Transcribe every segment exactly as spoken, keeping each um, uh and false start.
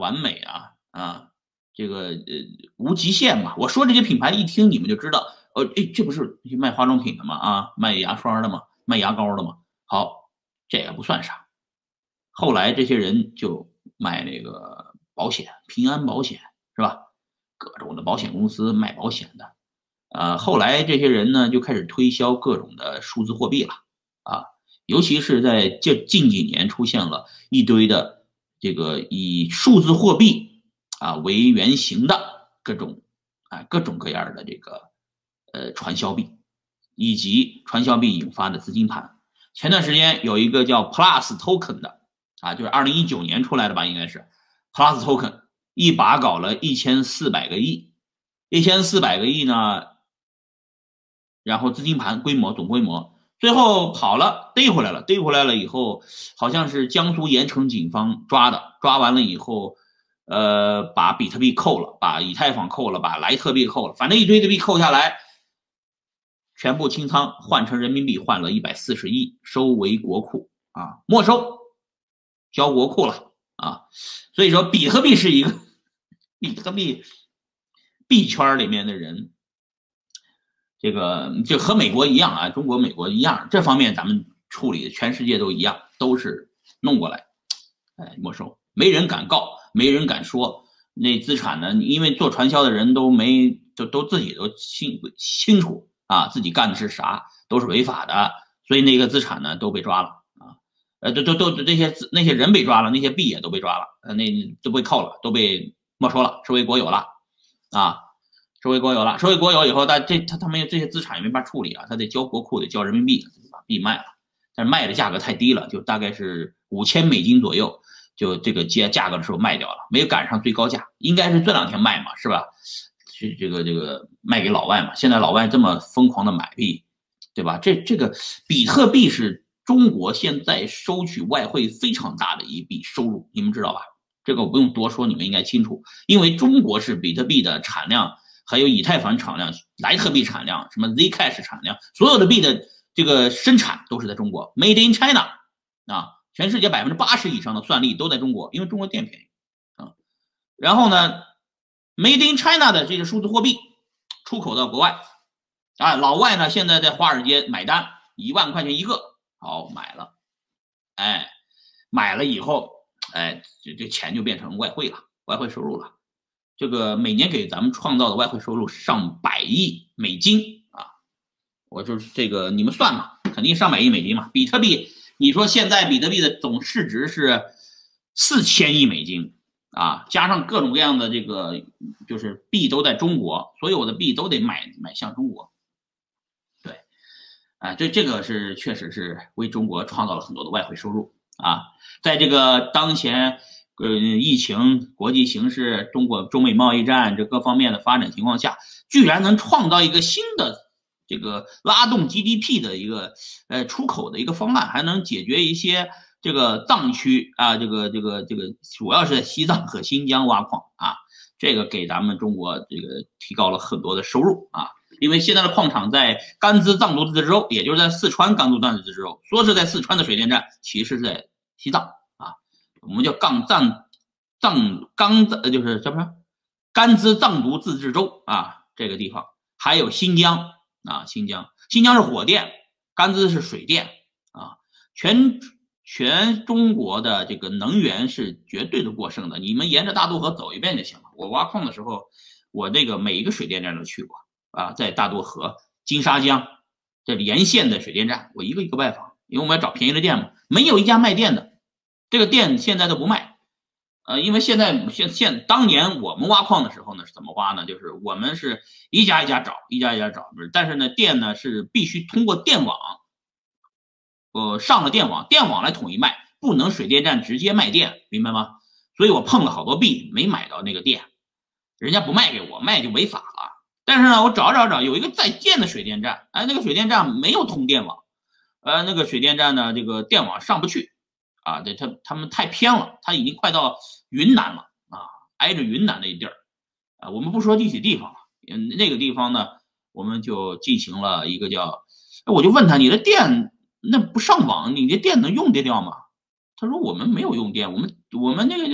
完美啊啊，这个呃无极限嘛。我说这些品牌一听你们就知道，呃，哎，这不是卖化妆品的吗？啊，卖牙刷的吗？卖牙膏的吗？好，这也不算啥。后来这些人就卖那个保险，平安保险是吧？各种的保险公司卖保险的。呃，后来这些人呢就开始推销各种的数字货币了啊，尤其是在这近几年出现了一堆的这个以数字货币啊为原型的各种啊各种各样的这个呃传销币，以及传销币引发的资金盘。前段时间有一个叫 Plus Token 的啊，就是二零一九年出来的吧，应该是 Plus Token 一把搞了一千四百个亿，一千四百个亿呢。然后资金盘规模总规模，最后跑了，逮回来了，逮回来了以后，好像是江苏盐城警方抓的，抓完了以后，呃，把比特币扣了，把以太坊扣了，把莱特币扣了，反正一堆的币扣下来，全部清仓换成人民币，换了一百四十亿，收为国库啊，没收，交国库了啊。所以说，比特币是一个比特币币圈里面的人。这个就和美国一样啊，中国、美国一样，这方面咱们处理，全世界都一样，都是弄过来，哎，没收，没人敢告，没人敢说。那资产呢？因为做传销的人都没，就都自己都清清楚啊，自己干的是啥，都是违法的，所以那个资产呢都被抓了啊，呃，都都都这些那些人被抓了，那些币也都被抓了，呃，那都被扣了，都被没收了，视为国有了啊。收为国有了，收为国有以后，他这他他没有这些资产也没法处理啊，他得交国库，得交人民币，把币卖了，但是卖的价格太低了，就大概是五千美金左右，就这个接价格的时候卖掉了，没有赶上最高价，应该是这两天卖嘛，是吧？是这个这个卖给老外嘛，现在老外这么疯狂的买币，对吧？这这个比特币是中国现在收取外汇非常大的一笔收入，你们知道吧？这个我不用多说，你们应该清楚，因为中国是比特币的产量。还有以太坊产量、莱特币产量、什么 Zcash 产量，所有的币的这个生产都是在中国 ，Made in China 啊，全世界百分之八十以上的算力都在中国，因为中国电便宜啊。然后呢 ，Made in China 的这个数字货币出口到国外啊，老外呢现在在华尔街买单，一万块钱一个，好买了，哎，买了以后，哎，这这钱就变成外汇了，外汇收入了。这个每年给咱们创造的外汇收入上百亿美金啊！我就是这个，你们算嘛，肯定上百亿美金嘛。比特币，你说现在比特币的总市值是四千亿美金啊，加上各种各样的这个，就是币都在中国，所有的币都得买买向中国。对，啊，这这个是确实是为中国创造了很多的外汇收入啊，在这个当前。呃，疫情、国际形势、中国中美贸易战这各方面的发展情况下，居然能创造一个新的这个拉动 G D P 的一个呃出口的一个方案，还能解决一些这个藏区啊，这个这个这个主要是在西藏和新疆挖矿啊，这个给咱们中国这个提高了很多的收入啊，因为现在的矿场在甘孜藏族自治州，也就是在四川甘孜藏族自治州，说是在四川的水电站，其实是在西藏。我们叫藏藏藏刚藏，就是叫什么甘孜藏族自治州啊，这个地方还有新疆啊，新疆新疆是火电，甘孜是水电啊，全全中国的这个能源是绝对的过剩的。你们沿着大渡河走一遍就行了。我挖矿的时候，我这个每一个水电站都去过啊，在大渡河、金沙江这沿线的水电站，我一个一个拜访，因为我们要找便宜的电嘛，没有一家卖电的。这个电现在都不卖，呃，因为现在现现当年我们挖矿的时候呢是怎么挖呢？就是我们是一家一家找，一家一家找，但是呢电呢是必须通过电网，呃上了电网，电网来统一卖，不能水电站直接卖电，明白吗？所以我碰了好多币，没买到那个电，人家不卖给我，卖就违法了。但是呢，我找找找，有一个在建的水电站，哎，那个水电站没有通电网，呃，那个水电站呢，这个电网上不去。啊，对，他他们太偏了，他已经快到云南了啊，挨着云南那地儿啊。我们不说具体地方了，嗯，那个地方呢，我们就进行了一个叫，我就问他，你的电那不上网，你的电能用得掉吗？他说我们没有用电，我们我们那个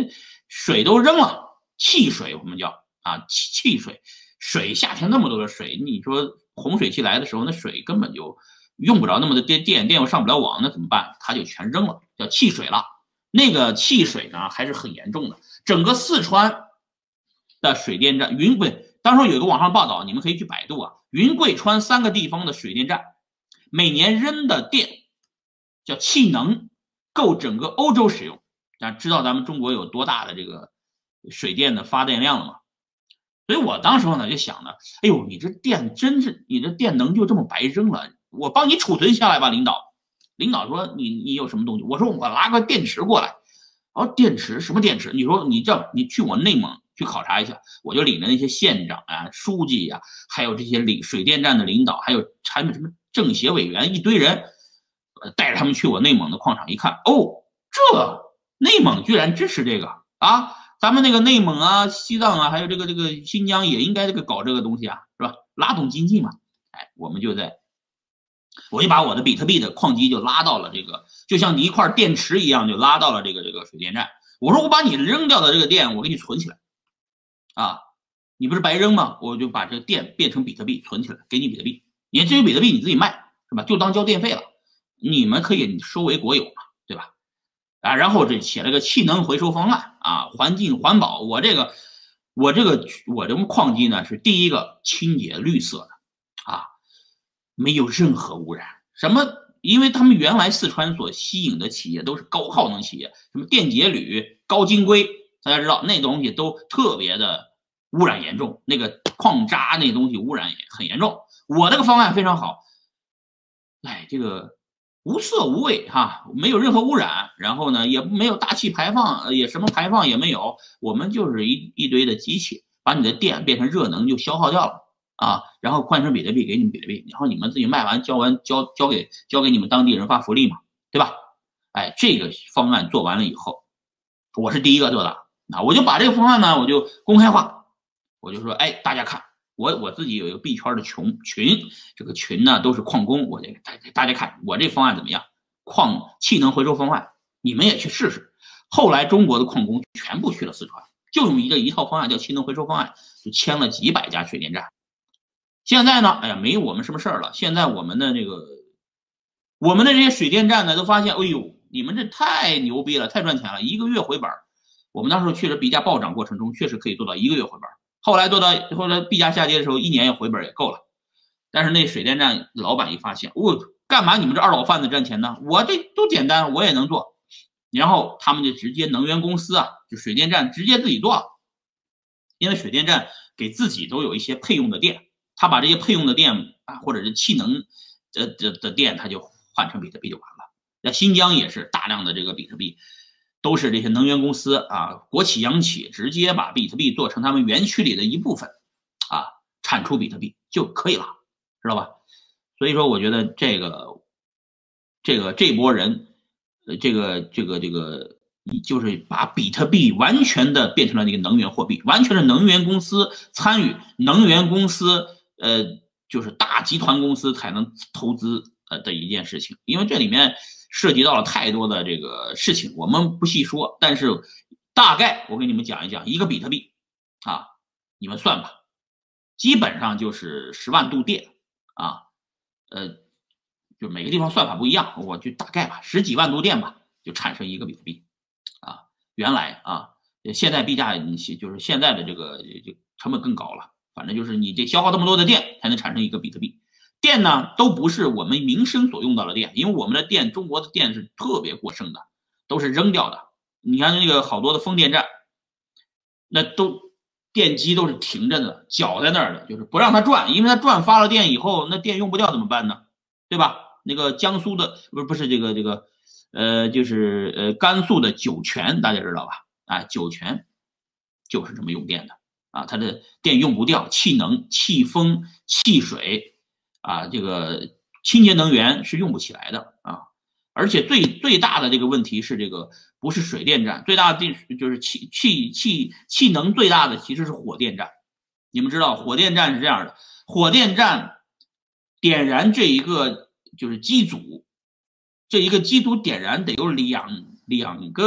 水都扔了，汽水我们叫啊汽汽水，水夏天那么多的水，你说洪水期来的时候，那水根本就用不着那么多电，电电又上不了网，那怎么办？他就全扔了，叫汽水了。那个汽水呢还是很严重的，整个四川的水电站，云贵，当时有一个网上报道，你们可以去百度啊，云贵川三个地方的水电站，每年扔的电叫气能，够整个欧洲使用。啊，知道咱们中国有多大的这个水电的发电量了吗？所以我当时呢就想呢，哎呦，你这电真是，你这电能就这么白扔了？我帮你储存下来吧，领导。领导说你你有什么东西？我说我拿个电池过来。哦，电池什么电池？你说你这你去我内蒙去考察一下，我就领着那些县长啊、书记呀、啊，还有这些领水电站的领导，还有还有什么政协委员一堆人，呃，带着他们去我内蒙的矿场一看，哦，这内蒙居然支持这个啊！咱们那个内蒙啊、西藏啊，还有这个这个新疆也应该这个搞这个东西啊，是吧？拉动经济嘛。哎，我们就在，我就把我的比特币的矿机就拉到了这个，就像你一块电池一样，就拉到了这个这个水电站。我说我把你扔掉的这个电，我给你存起来啊！你不是白扔吗？我就把这个电变成比特币存起来，给你比特币。你至于比特币你自己卖是吧？就当交电费了，你们可以收为国有嘛，对吧？啊，然后这写了个气能回收方案啊，环境环保。我这个我这个我这个矿机呢是第一个清洁绿色的啊，没有任何污染。什么？因为他们原来四川所吸引的企业都是高耗能企业，什么电解铝、高晶硅，大家知道那东西都特别的污染严重，那个矿渣那东西污染也很严重。我这个方案非常好，哎，这个无色无味哈，没有任何污染，然后呢也没有大气排放，也什么排放也没有，我们就是一一堆的机器，把你的电变成热能就消耗掉了。啊，然后换成比特币给你们比特币，然后你们自己卖完交完交交给交给你们当地人发福利嘛，对吧？哎，这个方案做完了以后，我是第一个做的啊，我就把这个方案呢，我就公开化，我就说，哎，大家看，我我自己有一个币圈的群群，这个群呢都是矿工，我给大大家看我这方案怎么样？矿气能回收方案，你们也去试试。后来中国的矿工全部去了四川，就用一个一套方案叫气能回收方案，就签了几百家水电站。现在呢，哎呀，没我们什么事儿了。现在我们的这个，我们的这些水电站呢，都发现，哎呦，你们这太牛逼了，太赚钱了，一个月回本。我们当时确实币价暴涨过程中，确实可以做到一个月回本。后来做到后来币价下跌的时候，一年也回本也够了。但是那水电站老板一发现，我、哦、干嘛你们这二老贩子赚钱呢？我这都简单，我也能做。然后他们就直接能源公司啊，就水电站直接自己做，因为水电站给自己都有一些配用的电。他把这些配用的电啊，或者是气能的的的电，他就换成比特币就完了。那新疆也是大量的这个比特币，都是这些能源公司啊、国企央企直接把比特币做成他们园区里的一部分，啊，产出比特币就可以了，知道吧？所以说，我觉得这个这个这波人，呃，这个这个这个。就是把比特币完全的变成了那个能源货币，完全是能源公司参与，能源公司呃就是大集团公司才能投资呃的一件事情，因为这里面涉及到了太多的这个事情，我们不细说，但是大概我给你们讲一讲，一个比特币啊，你们算吧，基本上就是十万度电啊，呃，就每个地方算法不一样，我就大概吧，十几万度电吧，就产生一个比特币。啊，原来啊，现在币价你就是现在的这个就成本更高了，反正就是你这消耗这么多的电才能产生一个比特币。电呢都不是我们民生所用到的电，因为我们的电，中国的电是特别过剩的，都是扔掉的。你看那个好多的风电站，那都电机都是停着的，绞在那儿的，就是不让它转，因为它转发了电以后，那电用不掉怎么办呢？对吧？那个江苏的不是不是这个这个。呃，就是呃，甘肃的酒泉，大家知道吧？啊，酒泉就是这么用电的啊，它的电用不掉，气能、气风、气水啊，这个清洁能源是用不起来的啊。而且最最大的这个问题是，这个不是水电站，最大的就是气气气气能最大的其实是火电站。你们知道，火电站是这样的，火电站点燃这一个就是机组。这一个机组点燃得有两两个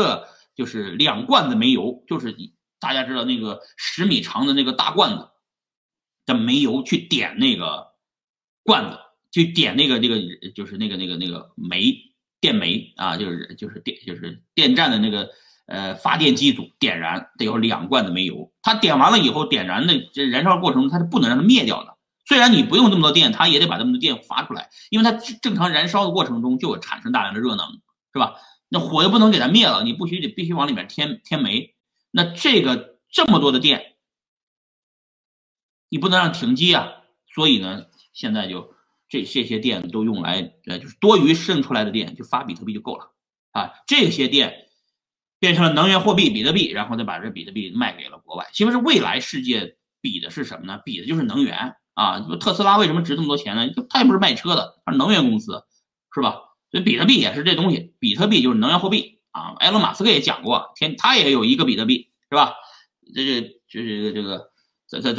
就是两罐子煤油，就是大家知道那个十米长的那个大罐子的煤油去点那个罐子，去点那个这个就是那个那个那个煤电煤啊，就是就是电就是电站的那个呃发电机组点燃得有两罐子煤油，它点完了以后点燃的这燃烧过程中它是不能让它灭掉的。虽然你不用这么多电，它也得把这么多电发出来，因为它正常燃烧的过程中就有产生大量的热能，是吧？那火又不能给它灭了，你不许得必须往里面添添煤。那这个这么多的电，你不能让停机啊。所以呢，现在就这这些电都用来呃，就是多余剩出来的电就发比特币就够了啊。这些电变成了能源货币比特币，然后再把这比特币卖给了国外。其实未来世界比的是什么呢？比的就是能源。啊，特斯拉为什么值这么多钱呢？它也不是卖车的，它是能源公司，是吧？所以比特币也是这东西，比特币就是能源货币啊。埃隆·马斯克也讲过，天，他也有一个比特币，是吧？这这这这个这个在在。